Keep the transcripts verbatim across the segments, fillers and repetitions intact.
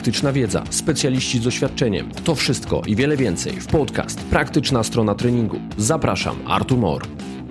praktyczna wiedza, specjaliści z doświadczeniem. To wszystko i wiele więcej w podcast Praktyczna Strona Treningu. Zapraszam, Artur Mor.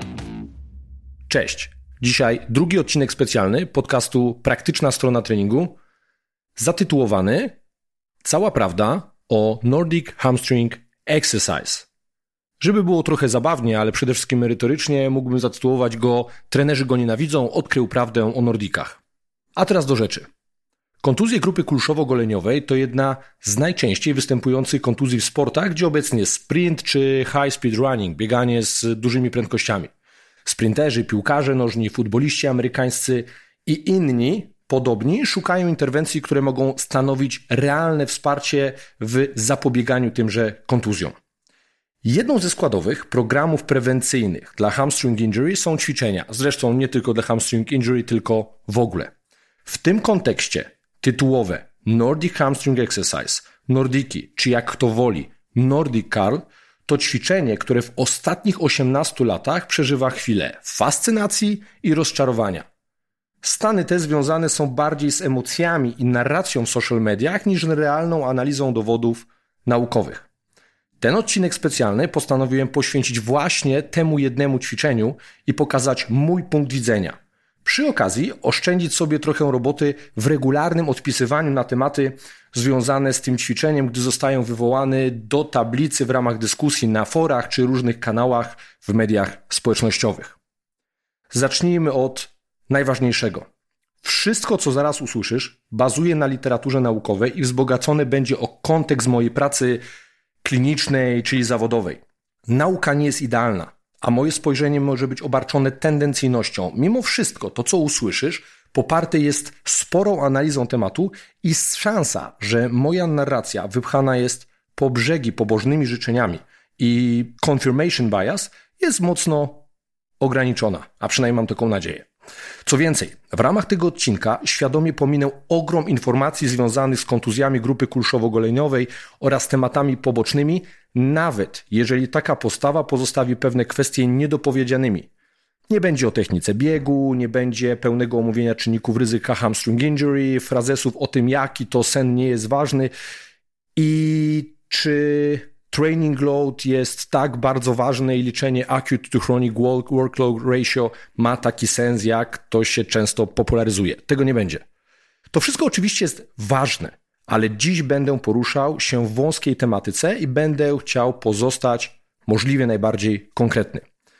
Cześć. Dzisiaj drugi odcinek specjalny podcastu Praktyczna Strona Treningu zatytułowany Cała prawda o Nordic Hamstring Exercise. Żeby było trochę zabawnie, ale przede wszystkim merytorycznie, mógłbym zatytułować go Trenerzy go nienawidzą, odkrył prawdę o Nordikach. A teraz do rzeczy. Kontuzje grupy kulszowo-goleniowej to jedna z najczęściej występujących kontuzji w sportach, gdzie obecnie sprint czy high speed running, bieganie z dużymi prędkościami. Sprinterzy, piłkarze nożni, futboliści amerykańscy i inni podobni szukają interwencji, które mogą stanowić realne wsparcie w zapobieganiu tymże kontuzjom. Jedną ze składowych programów prewencyjnych dla hamstring injury są ćwiczenia. Zresztą nie tylko dla hamstring injury, tylko w ogóle. W tym kontekście tytułowe Nordic Hamstring Exercise, Nordiki, czy jak kto woli, Nordic Curl, to ćwiczenie, które w ostatnich osiemnastu latach przeżywa chwilę fascynacji i rozczarowania. Stany te związane są bardziej z emocjami i narracją w social mediach niż realną analizą dowodów naukowych. Ten odcinek specjalny postanowiłem poświęcić właśnie temu jednemu ćwiczeniu i pokazać mój punkt widzenia. Przy okazji oszczędzić sobie trochę roboty w regularnym odpisywaniu na tematy związane z tym ćwiczeniem, gdy zostają wywołane do tablicy w ramach dyskusji na forach czy różnych kanałach w mediach społecznościowych. Zacznijmy od najważniejszego. Wszystko, co zaraz usłyszysz, bazuje na literaturze naukowej i wzbogacone będzie o kontekst mojej pracy klinicznej, czyli zawodowej. Nauka nie jest idealna, a moje spojrzenie może być obarczone tendencyjnością. Mimo wszystko, to co usłyszysz, poparte jest sporą analizą tematu i jest szansa, że moja narracja wypchana jest po brzegi pobożnymi życzeniami i confirmation bias jest mocno ograniczona, a przynajmniej mam taką nadzieję. Co więcej, w ramach tego odcinka świadomie pominę ogrom informacji związanych z kontuzjami grupy kulszowo-goleniowej oraz tematami pobocznymi, nawet jeżeli taka postawa pozostawi pewne kwestie niedopowiedzianymi. Nie będzie o technice biegu, nie będzie pełnego omówienia czynników ryzyka hamstring injury, frazesów o tym, jaki to sen nie jest ważny i czy training load jest tak bardzo ważne i liczenie acute to chronic workload ratio ma taki sens, jak to się często popularyzuje. Tego nie będzie. To wszystko oczywiście jest ważne, ale dziś będę poruszał się w wąskiej tematyce i będę chciał pozostać możliwie najbardziej konkretny.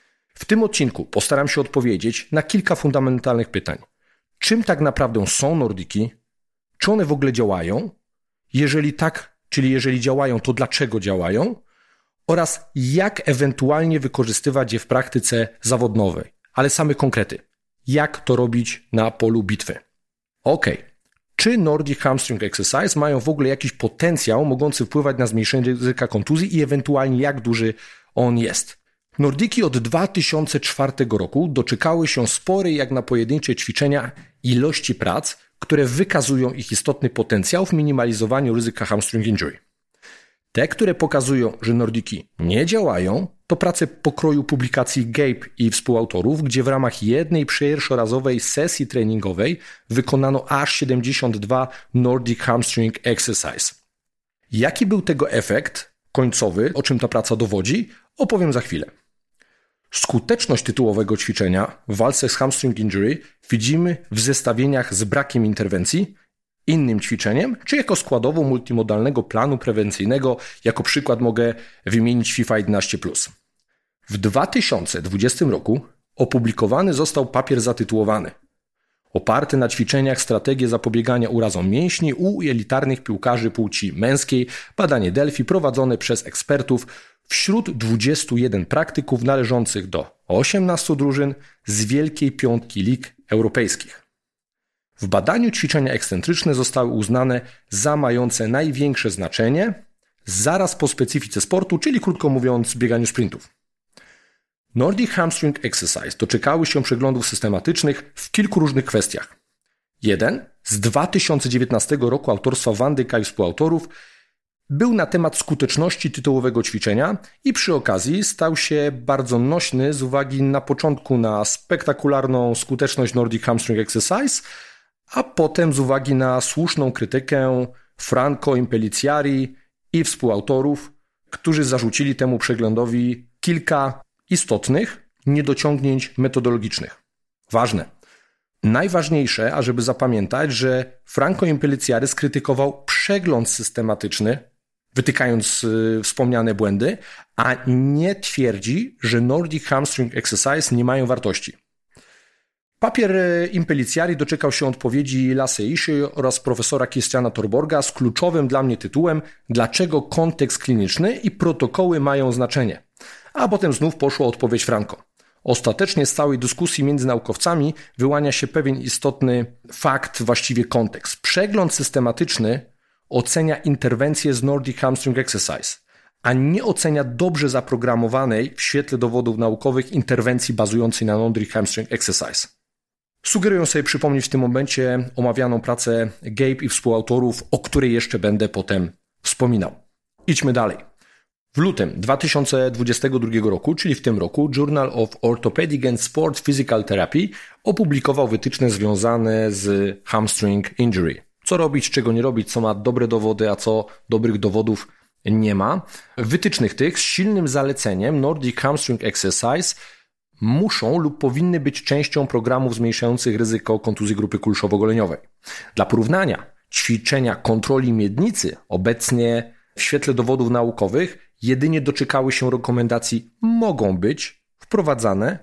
W tym odcinku postaram się odpowiedzieć na kilka fundamentalnych pytań. Czym tak naprawdę są Nordiki? Czy one w ogóle działają? Jeżeli tak, czyli jeżeli działają, to dlaczego działają? Oraz jak ewentualnie wykorzystywać je w praktyce zawodowej. Ale same konkrety. Jak to robić na polu bitwy? Ok. Czy Nordic Hamstring Exercise mają w ogóle jakiś potencjał mogący wpływać na zmniejszenie ryzyka kontuzji i ewentualnie jak duży on jest? Nordiki od dwa tysiące czwartego roku doczekały się sporej jak na pojedyncze ćwiczenia ilości prac, które wykazują ich istotny potencjał w minimalizowaniu ryzyka hamstring injury. Te, które pokazują, że Nordiki nie działają, to prace pokroju publikacji Gabe i współautorów, gdzie w ramach jednej pierwszorazowej sesji treningowej wykonano aż siedemdziesiąt dwa Nordic Hamstring Exercise. Jaki był tego efekt końcowy, o czym ta praca dowodzi, opowiem za chwilę. Skuteczność tytułowego ćwiczenia w walce z hamstring injury widzimy w zestawieniach z brakiem interwencji, innym ćwiczeniem, czy jako składową multimodalnego planu prewencyjnego. Jako przykład mogę wymienić FIFA jedenaście plus. W dwa tysiące dwudziestym roku opublikowany został papier zatytułowany Oparty na ćwiczeniach strategie zapobiegania urazom mięśni u elitarnych piłkarzy płci męskiej, badanie Delphi prowadzone przez ekspertów wśród dwudziestu jeden praktyków należących do osiemnastu drużyn z Wielkiej Piątki Lig Europejskich. W badaniu ćwiczenia ekscentryczne zostały uznane za mające największe znaczenie zaraz po specyfice sportu, czyli krótko mówiąc bieganiu sprintów. Nordic Hamstring Exercise doczekały się przeglądów systematycznych w kilku różnych kwestiach. Jeden z dwa tysiące dziewiętnastego roku autorstwa Wandyka i współautorów był na temat skuteczności tytułowego ćwiczenia i przy okazji stał się bardzo nośny z uwagi na początku na spektakularną skuteczność Nordic Hamstring Exercise, a potem z uwagi na słuszną krytykę Franco Impellizieri i współautorów, którzy zarzucili temu przeglądowi kilka istotnych niedociągnięć metodologicznych. Ważne. Najważniejsze, ażeby zapamiętać, że Franco Impellizieri skrytykował przegląd systematyczny, wytykając y, wspomniane błędy, a nie twierdzi, że Nordic Hamstring Exercise nie mają wartości. Papier Impellizieri doczekał się odpowiedzi Lasse Ishii oraz profesora Christiana Torborga z kluczowym dla mnie tytułem Dlaczego kontekst kliniczny i protokoły mają znaczenie? A potem znów poszła odpowiedź Franco. Ostatecznie z całej dyskusji między naukowcami wyłania się pewien istotny fakt, właściwie kontekst. Przegląd systematyczny ocenia interwencję z Nordic Hamstring Exercise, a nie ocenia dobrze zaprogramowanej w świetle dowodów naukowych interwencji bazującej na Nordic Hamstring Exercise. Sugeruję sobie przypomnieć w tym momencie omawianą pracę Gabe i współautorów, o której jeszcze będę potem wspominał. Idźmy dalej. W lutym dwa tysiące dwudziestego drugiego roku, czyli w tym roku, Journal of Orthopedic and Sport Physical Therapy opublikował wytyczne związane z hamstring injury. Co robić, czego nie robić, co ma dobre dowody, a co dobrych dowodów nie ma. W wytycznych tych z silnym zaleceniem Nordic Hamstring Exercise muszą lub powinny być częścią programów zmniejszających ryzyko kontuzji grupy kulszowo-goleniowej. Dla porównania, ćwiczenia kontroli miednicy obecnie w świetle dowodów naukowych jedynie doczekały się rekomendacji mogą być wprowadzane,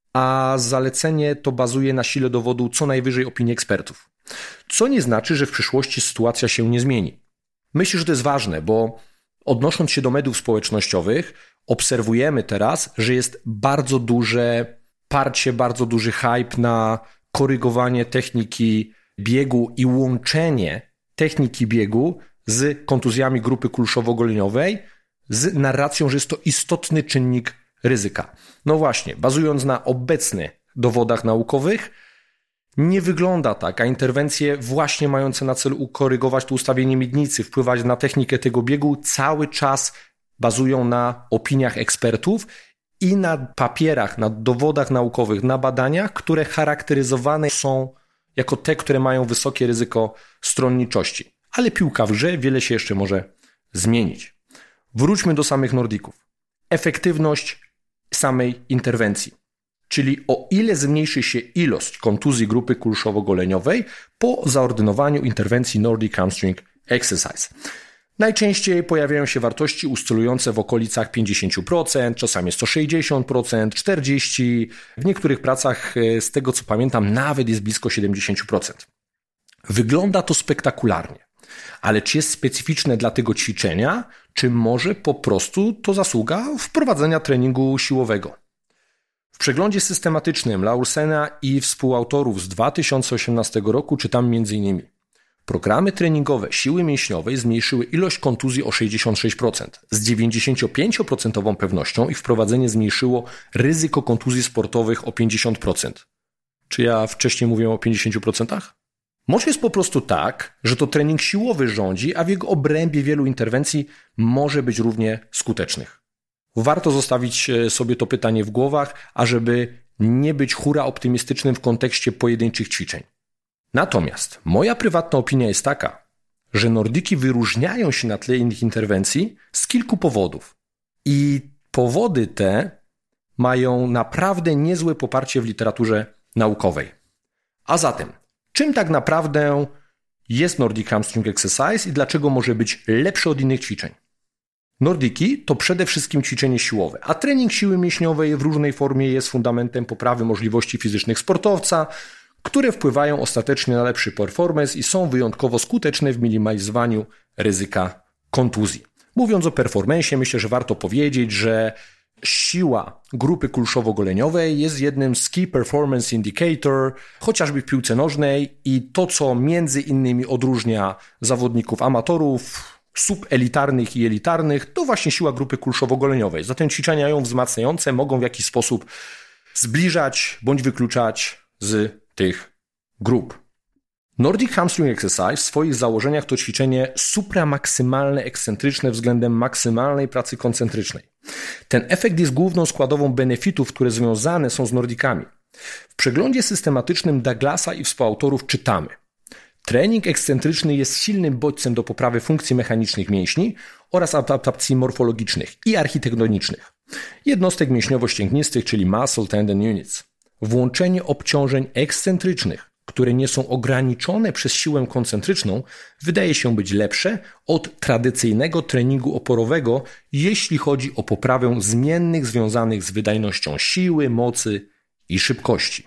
a zalecenie to bazuje na sile dowodu co najwyżej opinii ekspertów. Co nie znaczy, że w przyszłości sytuacja się nie zmieni. Myślę, że to jest ważne, bo odnosząc się do mediów społecznościowych, obserwujemy teraz, że jest bardzo duże parcie, bardzo duży hype na korygowanie techniki biegu i łączenie techniki biegu z kontuzjami grupy kulszowo-goleniowej, z narracją, że jest to istotny czynnik ryzyka. No właśnie, bazując na obecnych dowodach naukowych, nie wygląda tak, a interwencje właśnie mające na celu ukorygować to ustawienie miednicy, wpływać na technikę tego biegu, cały czas bazują na opiniach ekspertów i na papierach, na dowodach naukowych, na badaniach, które charakteryzowane są jako te, które mają wysokie ryzyko stronniczości. Ale piłka w grze, wiele się jeszcze może zmienić. Wróćmy do samych Nordików. Efektywność samej interwencji, czyli o ile zmniejszy się ilość kontuzji grupy kulszowo-goleniowej po zaordynowaniu interwencji Nordic Hamstring Exercise. Najczęściej pojawiają się wartości oscylujące w okolicach pięćdziesiąt procent, czasami sto sześćdziesiąt procent, czterdzieści procent. W niektórych pracach, z tego co pamiętam, nawet jest blisko siedemdziesiąt procent. Wygląda to spektakularnie. Ale czy jest specyficzne dla tego ćwiczenia, czy może po prostu to zasługa wprowadzenia treningu siłowego? W przeglądzie systematycznym Laursena i współautorów z dwa tysiące osiemnastego roku czytam między innymi: programy treningowe siły mięśniowej zmniejszyły ilość kontuzji o sześćdziesiąt sześć procent. Z dziewięćdziesiąt pięć procent pewnością ich wprowadzenie zmniejszyło ryzyko kontuzji sportowych o pięćdziesiąt procent. Czy ja wcześniej mówiłem o pięćdziesięciu procentach? Może jest po prostu tak, że to trening siłowy rządzi, a w jego obrębie wielu interwencji może być równie skutecznych. Warto zostawić sobie to pytanie w głowach, ażeby nie być hura optymistycznym w kontekście pojedynczych ćwiczeń. Natomiast moja prywatna opinia jest taka, że Nordiki wyróżniają się na tle innych interwencji z kilku powodów. I powody te mają naprawdę niezłe poparcie w literaturze naukowej. A zatem, czym tak naprawdę jest Nordic Hamstring Exercise i dlaczego może być lepszy od innych ćwiczeń? Nordiki to przede wszystkim ćwiczenie siłowe, a trening siły mięśniowej w różnej formie jest fundamentem poprawy możliwości fizycznych sportowca, które wpływają ostatecznie na lepszy performance i są wyjątkowo skuteczne w minimalizowaniu ryzyka kontuzji. Mówiąc o performance, myślę, że warto powiedzieć, że siła grupy kulszowo-goleniowej jest jednym z Key Performance Indicator, chociażby w piłce nożnej, i to, co między innymi odróżnia zawodników amatorów, subelitarnych i elitarnych, to właśnie siła grupy kulszowo-goleniowej. Zatem ćwiczenia ją wzmacniające mogą w jakiś sposób zbliżać bądź wykluczać z tych grup. Nordic Hamstring Exercise w swoich założeniach to ćwiczenie supramaksymalne ekscentryczne względem maksymalnej pracy koncentrycznej. Ten efekt jest główną składową benefitów, które związane są z Nordikami. W przeglądzie systematycznym Douglasa i współautorów czytamy: Trening ekscentryczny jest silnym bodźcem do poprawy funkcji mechanicznych mięśni oraz adaptacji morfologicznych i architektonicznych jednostek mięśniowo-ścięgnistych, czyli muscle tendon units. Włączenie obciążeń ekscentrycznych, które nie są ograniczone przez siłę koncentryczną, wydaje się być lepsze od tradycyjnego treningu oporowego, jeśli chodzi o poprawę zmiennych związanych z wydajnością siły, mocy i szybkości.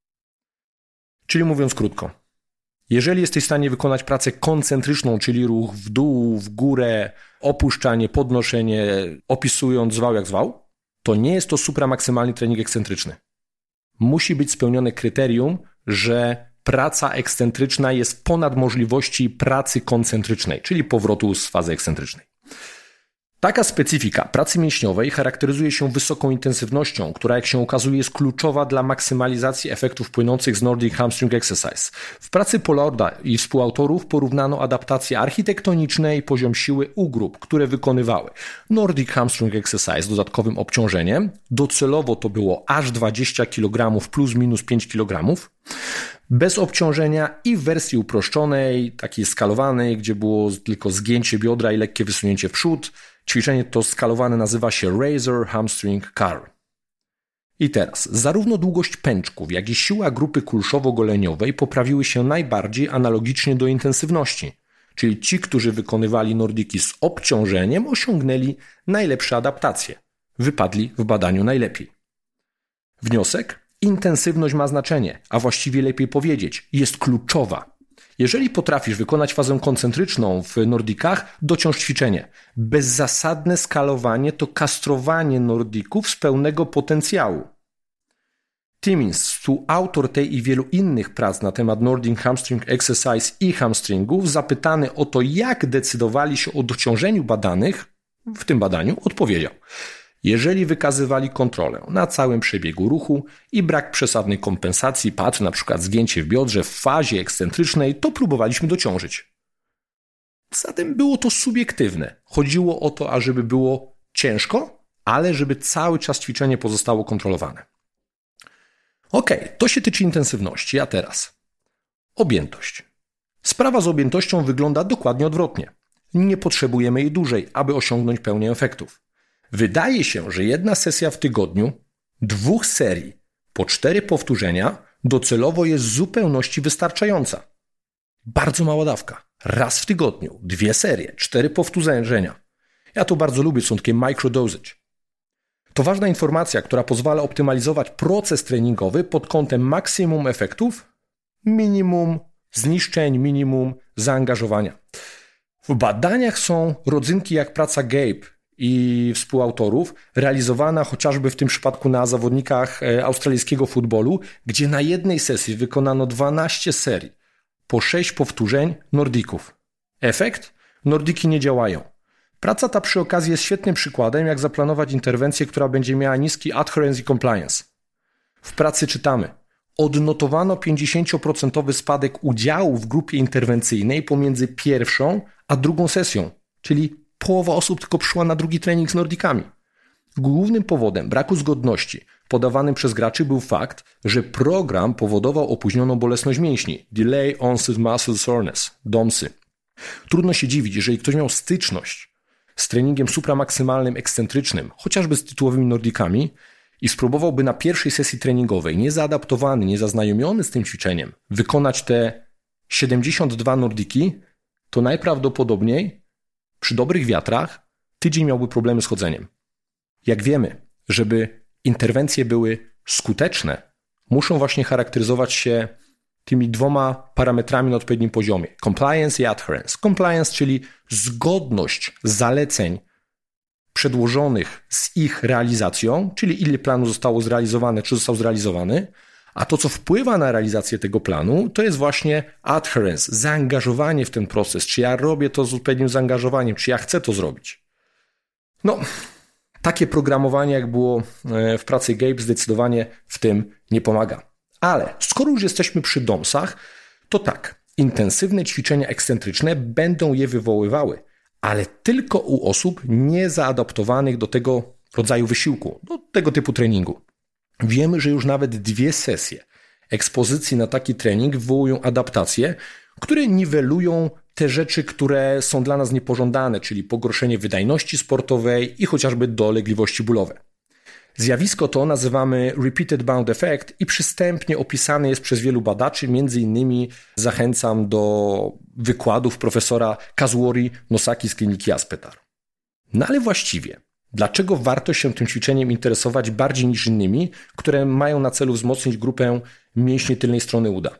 Czyli mówiąc krótko, jeżeli jesteś w stanie wykonać pracę koncentryczną, czyli ruch w dół, w górę, opuszczanie, podnoszenie, opisując zwał jak zwał, to nie jest to supramaksymalny trening ekscentryczny. Musi być spełnione kryterium, że praca ekscentryczna jest ponad możliwości pracy koncentrycznej, czyli powrotu z fazy ekscentrycznej. Taka specyfika pracy mięśniowej charakteryzuje się wysoką intensywnością, która jak się okazuje jest kluczowa dla maksymalizacji efektów płynących z Nordic Hamstring Exercise. W pracy Pollarda i współautorów porównano adaptacje architektoniczne i poziom siły u grup, które wykonywały Nordic Hamstring Exercise z dodatkowym obciążeniem. Docelowo to było aż dwadzieścia kilogramów plus minus pięć kilogramów. Bez obciążenia i w wersji uproszczonej, takiej skalowanej, gdzie było tylko zgięcie biodra i lekkie wysunięcie w przód. Ćwiczenie to skalowane nazywa się Razor Hamstring Curl. I teraz, zarówno długość pęczków, jak i siła grupy kulszowo-goleniowej poprawiły się najbardziej analogicznie do intensywności. Czyli ci, którzy wykonywali nordiki z obciążeniem, osiągnęli najlepsze adaptacje. Wypadli w badaniu najlepiej. Wniosek? Intensywność ma znaczenie, a właściwie lepiej powiedzieć, jest kluczowa. Jeżeli potrafisz wykonać fazę koncentryczną w nordikach, dociąż ćwiczenie. Bezzasadne skalowanie to kastrowanie nordików z pełnego potencjału. Timmins, współautor tej i wielu innych prac na temat Nordic Hamstring Exercise i hamstringów, zapytany o to, jak decydowali się o dociążeniu badanych, w tym badaniu odpowiedział: jeżeli wykazywali kontrolę na całym przebiegu ruchu i brak przesadnej kompensacji, patrz na przykład zgięcie w biodrze w fazie ekscentrycznej, to próbowaliśmy dociążyć. Zatem było to subiektywne. Chodziło o to, ażeby było ciężko, ale żeby cały czas ćwiczenie pozostało kontrolowane. Ok, to się tyczy intensywności, a teraz objętość. Sprawa z objętością wygląda dokładnie odwrotnie. Nie potrzebujemy jej dłużej, aby osiągnąć pełnię efektów. Wydaje się, że jedna sesja w tygodniu, dwóch serii, po cztery powtórzenia, docelowo jest w zupełności wystarczająca. Bardzo mała dawka. Raz w tygodniu, dwie serie, cztery powtórzenia. Ja to bardzo lubię, są takie microdosage. To ważna informacja, która pozwala optymalizować proces treningowy pod kątem maksimum efektów, minimum zniszczeń, minimum zaangażowania. W badaniach są rodzynki jak praca Gabe i współautorów, realizowana chociażby w tym przypadku na zawodnikach australijskiego futbolu, gdzie na jednej sesji wykonano dwanaście serii, po sześć powtórzeń nordików. Efekt? Nordiki nie działają. Praca ta przy okazji jest świetnym przykładem, jak zaplanować interwencję, która będzie miała niski adherence i compliance. W pracy czytamy: odnotowano pięćdziesięcioprocentowy spadek udziału w grupie interwencyjnej pomiędzy pierwszą a drugą sesją, czyli połowa osób tylko przyszła na drugi trening z nordikami. Głównym powodem braku zgodności podawanym przez graczy był fakt, że program powodował opóźnioną bolesność mięśni, Delay Onset Muscle Soreness, domsy. Trudno się dziwić, jeżeli ktoś miał styczność z treningiem supramaksymalnym ekscentrycznym, chociażby z tytułowymi nordikami, i spróbowałby na pierwszej sesji treningowej, niezaadaptowany, niezaznajomiony z tym ćwiczeniem, wykonać te siedemdziesiąt dwa nordiki, to najprawdopodobniej przy dobrych wiatrach tydzień miałby problemy z chodzeniem. Jak wiemy, żeby interwencje były skuteczne, muszą właśnie charakteryzować się tymi dwoma parametrami na odpowiednim poziomie. Compliance i adherence. Compliance, czyli zgodność zaleceń przedłożonych z ich realizacją, czyli ile planu zostało zrealizowane, czy został zrealizowany, a to, co wpływa na realizację tego planu, to jest właśnie adherence, zaangażowanie w ten proces. Czy ja robię to z odpowiednim zaangażowaniem, czy ja chcę to zrobić. No, takie programowanie, jak było w pracy Gabe, zdecydowanie w tym nie pomaga. Ale skoro już jesteśmy przy domsach, to tak, intensywne ćwiczenia ekscentryczne będą je wywoływały, ale tylko u osób niezaadaptowanych do tego rodzaju wysiłku, do tego typu treningu. Wiemy, że już nawet dwie sesje ekspozycji na taki trening wywołują adaptacje, które niwelują te rzeczy, które są dla nas niepożądane, czyli pogorszenie wydajności sportowej i chociażby dolegliwości bólowe. Zjawisko to nazywamy Repeated Bound Effect i przystępnie opisane jest przez wielu badaczy, między innymi zachęcam do wykładów profesora Kazuori Nosaki z kliniki Aspetar. No ale właściwie, dlaczego warto się tym ćwiczeniem interesować bardziej niż innymi, które mają na celu wzmocnić grupę mięśni tylnej strony uda?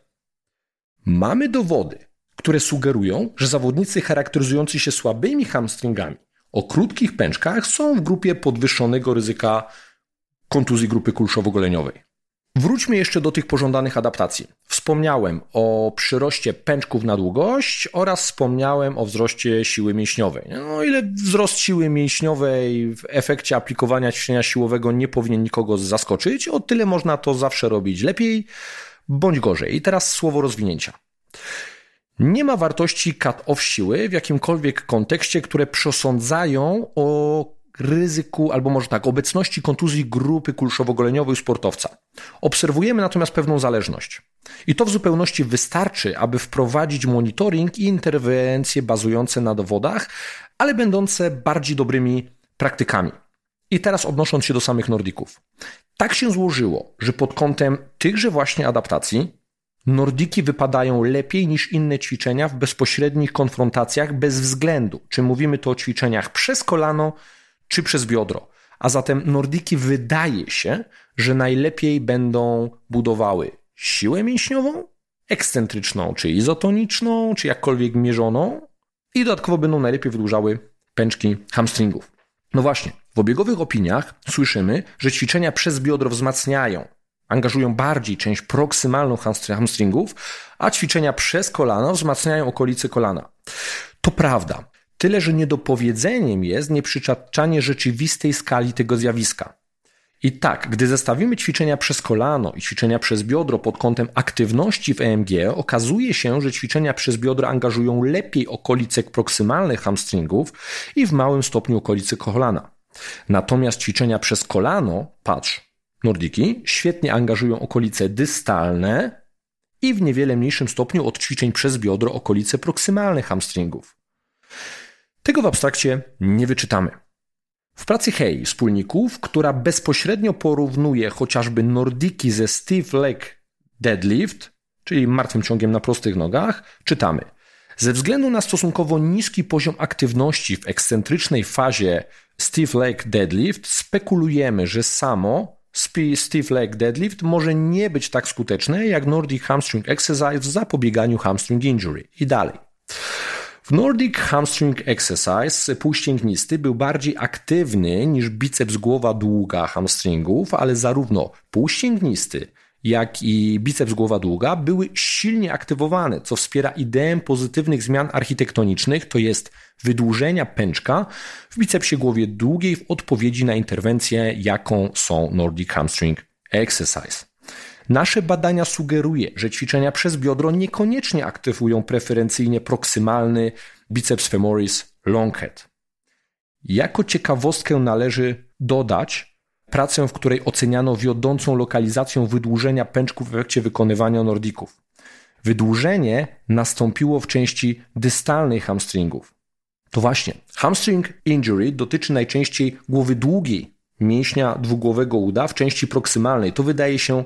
Mamy dowody, które sugerują, że zawodnicy charakteryzujący się słabymi hamstringami o krótkich pęczkach są w grupie podwyższonego ryzyka kontuzji grupy kulszowo-goleniowej. Wróćmy jeszcze do tych pożądanych adaptacji. Wspomniałem o przyroście pęczków na długość oraz wspomniałem o wzroście siły mięśniowej. No, o ile wzrost siły mięśniowej w efekcie aplikowania ćwiczenia siłowego nie powinien nikogo zaskoczyć, o tyle można to zawsze robić lepiej bądź gorzej. I teraz słowo rozwinięcia. Nie ma wartości cut-off siły w jakimkolwiek kontekście, które przesądzają o ryzyku, albo może tak, obecności kontuzji grupy kulszowo-goleniowej u sportowca. Obserwujemy natomiast pewną zależność. I to w zupełności wystarczy, aby wprowadzić monitoring i interwencje bazujące na dowodach, ale będące bardziej dobrymi praktykami. I teraz odnosząc się do samych Nordików. Tak się złożyło, że pod kątem tychże właśnie adaptacji Nordiki wypadają lepiej niż inne ćwiczenia w bezpośrednich konfrontacjach bez względu, czy mówimy tu o ćwiczeniach przez kolano, czy przez biodro. A zatem Nordiki wydaje się, że najlepiej będą budowały siłę mięśniową, ekscentryczną, czy izotoniczną, czy jakkolwiek mierzoną i dodatkowo będą najlepiej wydłużały pęczki hamstringów. No właśnie, w obiegowych opiniach słyszymy, że ćwiczenia przez biodro wzmacniają, angażują bardziej część proksymalną hamstringów, a ćwiczenia przez kolano wzmacniają okolice kolana. To prawda. Tyle, że niedopowiedzeniem jest nieprzytaczanie rzeczywistej skali tego zjawiska. I tak, gdy zestawimy ćwiczenia przez kolano i ćwiczenia przez biodro pod kątem aktywności w E M G, okazuje się, że ćwiczenia przez biodro angażują lepiej okolice proksymalnych hamstringów i w małym stopniu okolice kolana. Natomiast ćwiczenia przez kolano, patrz, Nordiki, świetnie angażują okolice dystalne i w niewiele mniejszym stopniu od ćwiczeń przez biodro okolice proksymalnych hamstringów. Tego w abstrakcie nie wyczytamy. W pracy Hay wspólników, która bezpośrednio porównuje chociażby Nordiki ze stiff leg deadlift, czyli martwym ciągiem na prostych nogach, czytamy: ze względu na stosunkowo niski poziom aktywności w ekscentrycznej fazie stiff leg deadlift spekulujemy, że samo stiff leg deadlift może nie być tak skuteczne jak Nordic hamstring exercise w zapobieganiu hamstring injury. I dalej. W Nordic Hamstring Exercise półścięgnisty był bardziej aktywny niż biceps głowa długa hamstringów, ale zarówno półścięgnisty, jak i biceps głowa długa były silnie aktywowane, co wspiera ideę pozytywnych zmian architektonicznych, to jest wydłużenia pęczka w bicepsie głowie długiej w odpowiedzi na interwencję, jaką są Nordic Hamstring Exercise. Nasze badania sugerują, że ćwiczenia przez biodro niekoniecznie aktywują preferencyjnie proksymalny biceps femoris long head. Jako ciekawostkę należy dodać pracę, w której oceniano wiodącą lokalizacją wydłużenia pęczków w efekcie wykonywania nordików. Wydłużenie nastąpiło w części dystalnej hamstringów. To właśnie, hamstring injury dotyczy najczęściej głowy długiej, mięśnia dwugłowego uda w części proksymalnej. To wydaje się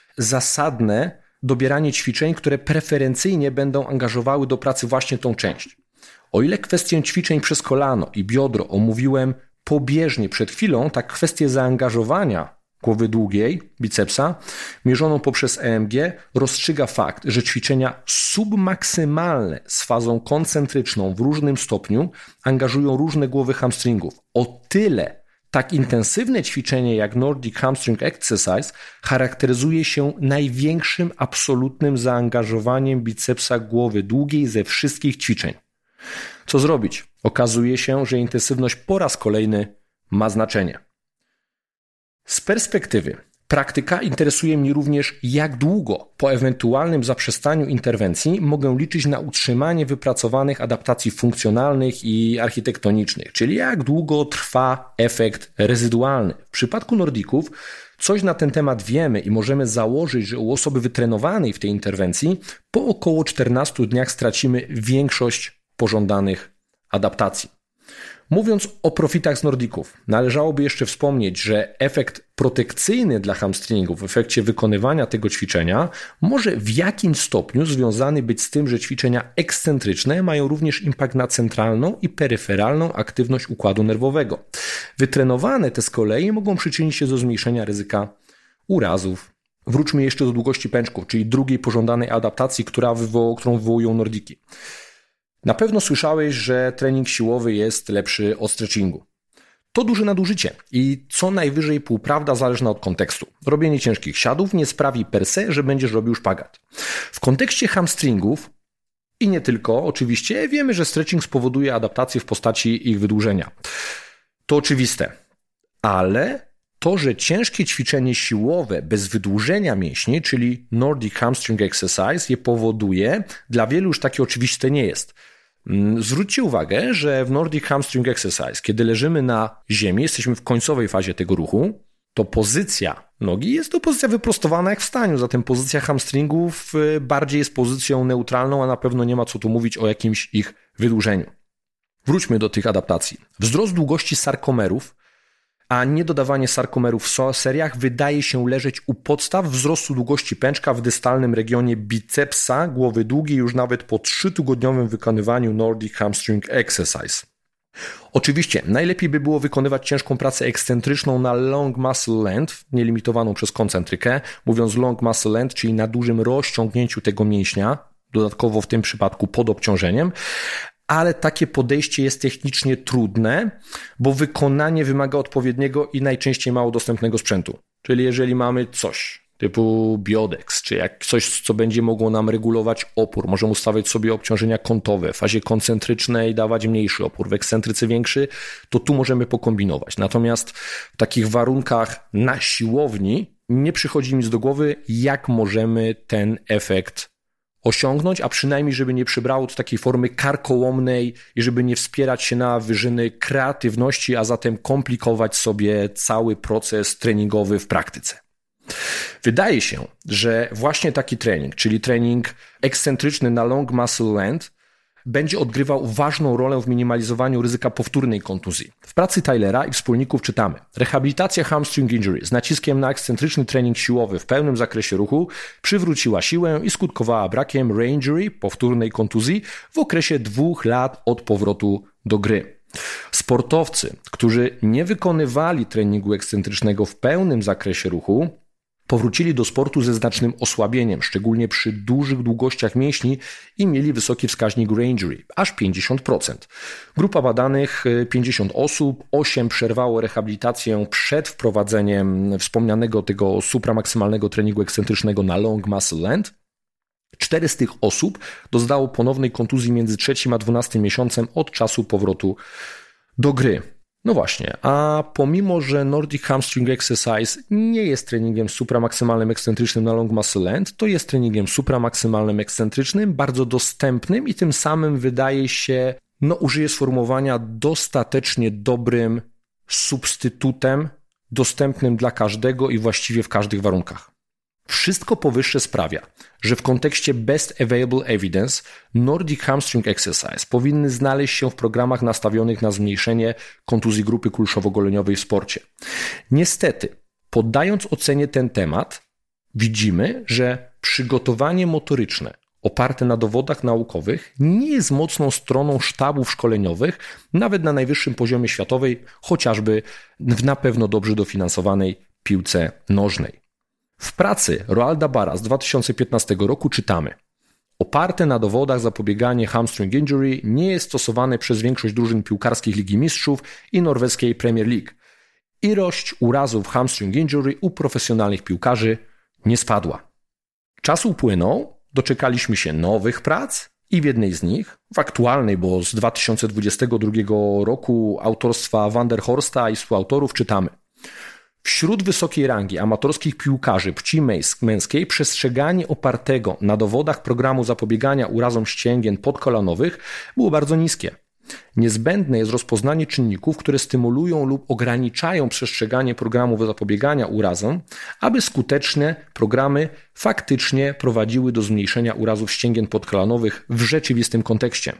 zasadne dobieranie ćwiczeń, które preferencyjnie będą angażowały do pracy właśnie tą część. O ile kwestię ćwiczeń przez kolano i biodro omówiłem pobieżnie przed chwilą, tak kwestię zaangażowania głowy długiej, bicepsa, mierzoną poprzez E M G rozstrzyga fakt, że ćwiczenia submaksymalne z fazą koncentryczną w różnym stopniu angażują różne głowy hamstringów. O tyle tak intensywne ćwiczenie jak Nordic Hamstring Exercise charakteryzuje się największym absolutnym zaangażowaniem bicepsa głowy długiej ze wszystkich ćwiczeń. Co zrobić? Okazuje się, że intensywność po raz kolejny ma znaczenie. Z perspektywy Praktyka interesuje mnie również, jak długo po ewentualnym zaprzestaniu interwencji mogę liczyć na utrzymanie wypracowanych adaptacji funkcjonalnych i architektonicznych, czyli jak długo trwa efekt rezydualny. W przypadku Nordików coś na ten temat wiemy i możemy założyć, że u osoby wytrenowanej w tej interwencji po około czternastu dniach stracimy większość pożądanych adaptacji. Mówiąc o profitach z Nordików, należałoby jeszcze wspomnieć, że efekt protekcyjny dla hamstringów w efekcie wykonywania tego ćwiczenia może w jakimś stopniu związany być z tym, że ćwiczenia ekscentryczne mają również impact na centralną i peryferalną aktywność układu nerwowego. Wytrenowane te z kolei mogą przyczynić się do zmniejszenia ryzyka urazów. Wróćmy jeszcze do długości pęczków, czyli drugiej pożądanej adaptacji, która wywoł, którą wywołują Nordiki. Na pewno słyszałeś, że trening siłowy jest lepszy od stretchingu. To duże nadużycie i co najwyżej półprawda zależna od kontekstu. Robienie ciężkich siadów nie sprawi per se, że będziesz robił szpagat. W kontekście hamstringów i nie tylko, oczywiście, wiemy, że stretching spowoduje adaptację w postaci ich wydłużenia. To oczywiste, ale to, że ciężkie ćwiczenie siłowe bez wydłużenia mięśni, czyli Nordic Hamstring Exercise, je powoduje, dla wielu już takie oczywiste nie jest. Zwróćcie uwagę, że w Nordic Hamstring Exercise, kiedy leżymy na ziemi, jesteśmy w końcowej fazie tego ruchu, to pozycja nogi jest to pozycja wyprostowana jak w staniu, zatem pozycja hamstringów bardziej jest pozycją neutralną, a na pewno nie ma co tu mówić o jakimś ich wydłużeniu. Wróćmy do tych adaptacji. Wzrost długości sarkomerów, a nie dodawanie sarkomerów w seriach wydaje się leżeć u podstaw wzrostu długości pęczka w dystalnym regionie bicepsa głowy długiej już nawet po trzytygodniowym wykonywaniu Nordic Hamstring Exercise. Oczywiście najlepiej by było wykonywać ciężką pracę ekscentryczną na long muscle length, nielimitowaną przez koncentrykę, mówiąc long muscle length, czyli na dużym rozciągnięciu tego mięśnia, dodatkowo w tym przypadku pod obciążeniem, ale takie podejście jest technicznie trudne, bo wykonanie wymaga odpowiedniego i najczęściej mało dostępnego sprzętu. Czyli jeżeli mamy coś typu Biodex, czy jak coś, co będzie mogło nam regulować opór, możemy ustawiać sobie obciążenia kątowe, w fazie koncentrycznej dawać mniejszy opór, w ekscentryce większy, to tu możemy pokombinować. Natomiast w takich warunkach na siłowni nie przychodzi mi nic do głowy, jak możemy ten efekt osiągnąć, a przynajmniej, żeby nie przybrało to takiej formy karkołomnej i żeby nie wspierać się na wyżyny kreatywności, a zatem komplikować sobie cały proces treningowy w praktyce. Wydaje się, że właśnie taki trening, czyli trening ekscentryczny na long muscle length, będzie odgrywał ważną rolę w minimalizowaniu ryzyka powtórnej kontuzji. W pracy Tylera i wspólników czytamy: rehabilitacja hamstring injury z naciskiem na ekscentryczny trening siłowy w pełnym zakresie ruchu przywróciła siłę i skutkowała brakiem re-injury, powtórnej kontuzji, w okresie dwóch lat od powrotu do gry. Sportowcy, którzy nie wykonywali treningu ekscentrycznego w pełnym zakresie ruchu, powrócili do sportu ze znacznym osłabieniem, szczególnie przy dużych długościach mięśni i mieli wysoki wskaźnik re-injury, aż pięćdziesiąt procent. Grupa badanych, pięćdziesiąt osób, osiem przerwało rehabilitację przed wprowadzeniem wspomnianego tego supramaksymalnego treningu ekscentrycznego na long muscle length. Cztery z tych osób doznało ponownej kontuzji między trzecim a dwunastym miesiącem od czasu powrotu do gry. No właśnie, a pomimo, że Nordic Hamstring Exercise nie jest treningiem supramaksymalnym ekscentrycznym na long muscle length, to jest treningiem supramaksymalnym ekscentrycznym, bardzo dostępnym i tym samym wydaje się, no użyję sformułowania, dostatecznie dobrym substytutem, dostępnym dla każdego i właściwie w każdych warunkach. Wszystko powyższe sprawia, że w kontekście Best Available Evidence Nordic Hamstring Exercise powinny znaleźć się w programach nastawionych na zmniejszenie kontuzji grupy kulszowo-goleniowej w sporcie. Niestety, poddając ocenie ten temat, widzimy, że przygotowanie motoryczne oparte na dowodach naukowych nie jest mocną stroną sztabów szkoleniowych, nawet na najwyższym poziomie światowej, chociażby w na pewno dobrze dofinansowanej piłce nożnej. W pracy Roalda Barra z dwa tysiące piętnastego roku czytamy: oparte na dowodach zapobieganie hamstring injury nie jest stosowane przez większość drużyn piłkarskich Ligi Mistrzów i norweskiej Premier League. Ilość urazów hamstring injury u profesjonalnych piłkarzy nie spadła. Czas upłynął, doczekaliśmy się nowych prac i w jednej z nich, w aktualnej, bo z dwa tysiące dwudziestego drugiego roku autorstwa Van der Horsta i współautorów czytamy: Wśród wysokiej rangi amatorskich piłkarzy płci męskiej przestrzeganie opartego na dowodach programu zapobiegania urazom ścięgien podkolanowych było bardzo niskie. Niezbędne jest rozpoznanie czynników, które stymulują lub ograniczają przestrzeganie programu zapobiegania urazom, aby skuteczne programy faktycznie prowadziły do zmniejszenia urazów ścięgien podkolanowych w rzeczywistym kontekście.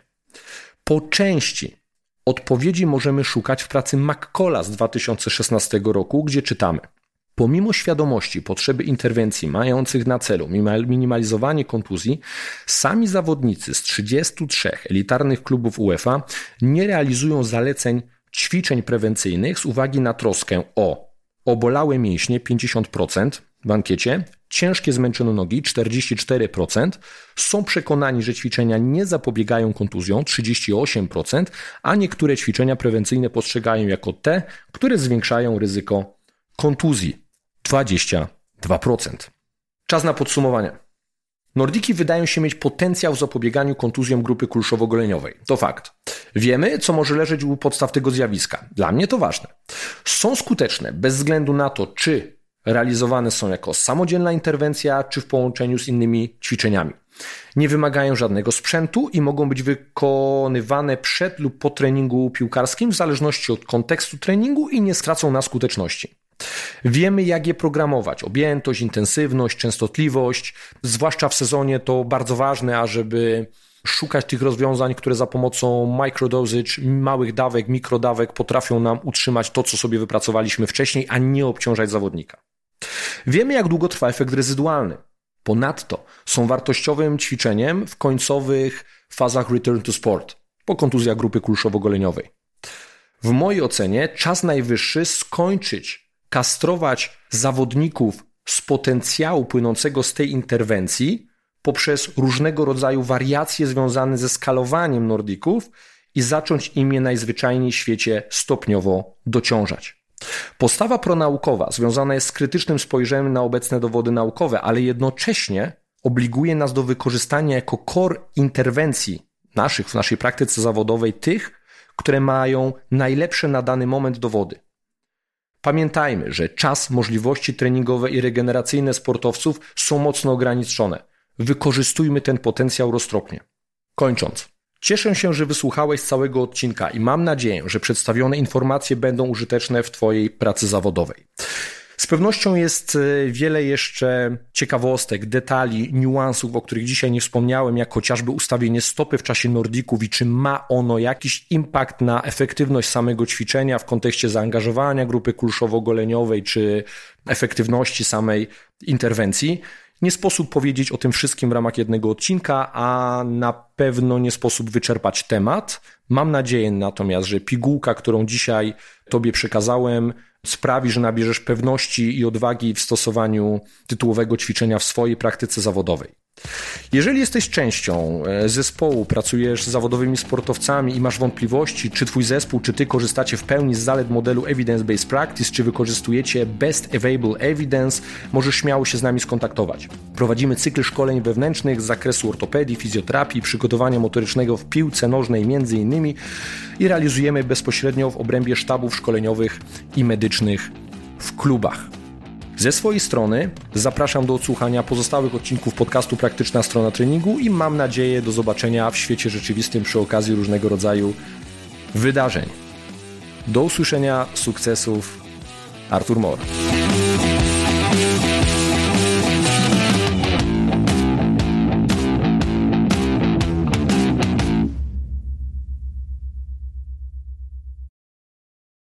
Po części odpowiedzi możemy szukać w pracy McCalla z dwa tysiące szesnastego roku, gdzie czytamy: pomimo świadomości potrzeby interwencji mających na celu minimalizowanie kontuzji, sami zawodnicy z trzydziestu trzech elitarnych klubów UEFA nie realizują zaleceń ćwiczeń prewencyjnych z uwagi na troskę o obolałe mięśnie pięćdziesiąt procent w ankiecie, ciężkie zmęczone nogi czterdzieści cztery procent, są przekonani, że ćwiczenia nie zapobiegają kontuzjom trzydzieści osiem procent, a niektóre ćwiczenia prewencyjne postrzegają jako te, które zwiększają ryzyko kontuzji dwadzieścia dwa procent. Czas na podsumowanie. Nordiki wydają się mieć potencjał w zapobieganiu kontuzjom grupy kulszowo-goleniowej. To fakt. Wiemy, co może leżeć u podstaw tego zjawiska. Dla mnie to ważne. Są skuteczne bez względu na to, czy realizowane są jako samodzielna interwencja, czy w połączeniu z innymi ćwiczeniami. Nie wymagają żadnego sprzętu i mogą być wykonywane przed lub po treningu piłkarskim w zależności od kontekstu treningu i nie stracą na skuteczności. Wiemy, jak je programować. Objętość, intensywność, częstotliwość. Zwłaszcza w sezonie to bardzo ważne, ażeby szukać tych rozwiązań, które za pomocą microdosage, małych dawek, mikrodawek potrafią nam utrzymać to, co sobie wypracowaliśmy wcześniej, a nie obciążać zawodnika. Wiemy, jak długo trwa efekt rezydualny. Ponadto są wartościowym ćwiczeniem w końcowych fazach return to sport po kontuzjach grupy kulszowo-goleniowej. W mojej ocenie czas najwyższy skończyć kastrować zawodników z potencjału płynącego z tej interwencji poprzez różnego rodzaju wariacje związane ze skalowaniem nordików i zacząć im je najzwyczajniej w świecie stopniowo dociążać. Postawa pronaukowa związana jest z krytycznym spojrzeniem na obecne dowody naukowe, ale jednocześnie obliguje nas do wykorzystania jako core interwencji naszych w naszej praktyce zawodowej tych, które mają najlepsze na dany moment dowody. Pamiętajmy, że czas, możliwości treningowe i regeneracyjne sportowców są mocno ograniczone. Wykorzystujmy ten potencjał roztropnie. Kończąc, cieszę się, że wysłuchałeś całego odcinka i mam nadzieję, że przedstawione informacje będą użyteczne w Twojej pracy zawodowej. Z pewnością jest wiele jeszcze ciekawostek, detali, niuansów, o których dzisiaj nie wspomniałem, jak chociażby ustawienie stopy w czasie nordików i czy ma ono jakiś impact na efektywność samego ćwiczenia w kontekście zaangażowania grupy kulszowo-goleniowej czy efektywności samej interwencji. Nie sposób powiedzieć o tym wszystkim w ramach jednego odcinka, a na pewno nie sposób wyczerpać temat. Mam nadzieję natomiast, że pigułka, którą dzisiaj Tobie przekazałem, sprawi, że nabierzesz pewności i odwagi w stosowaniu tytułowego ćwiczenia w swojej praktyce zawodowej. Jeżeli jesteś częścią zespołu, pracujesz z zawodowymi sportowcami i masz wątpliwości, czy Twój zespół, czy Ty korzystacie w pełni z zalet modelu Evidence-Based Practice, czy wykorzystujecie Best Available Evidence, możesz śmiało się z nami skontaktować. Prowadzimy cykl szkoleń wewnętrznych z zakresu ortopedii, fizjoterapii, przygotowania motorycznego w piłce nożnej między innymi i realizujemy bezpośrednio w obrębie sztabów szkoleniowych i medycznych w klubach. Ze swojej strony zapraszam do odsłuchania pozostałych odcinków podcastu Praktyczna Strona Treningu i mam nadzieję do zobaczenia w świecie rzeczywistym przy okazji różnego rodzaju wydarzeń. Do usłyszenia, sukcesów. Artur Mor.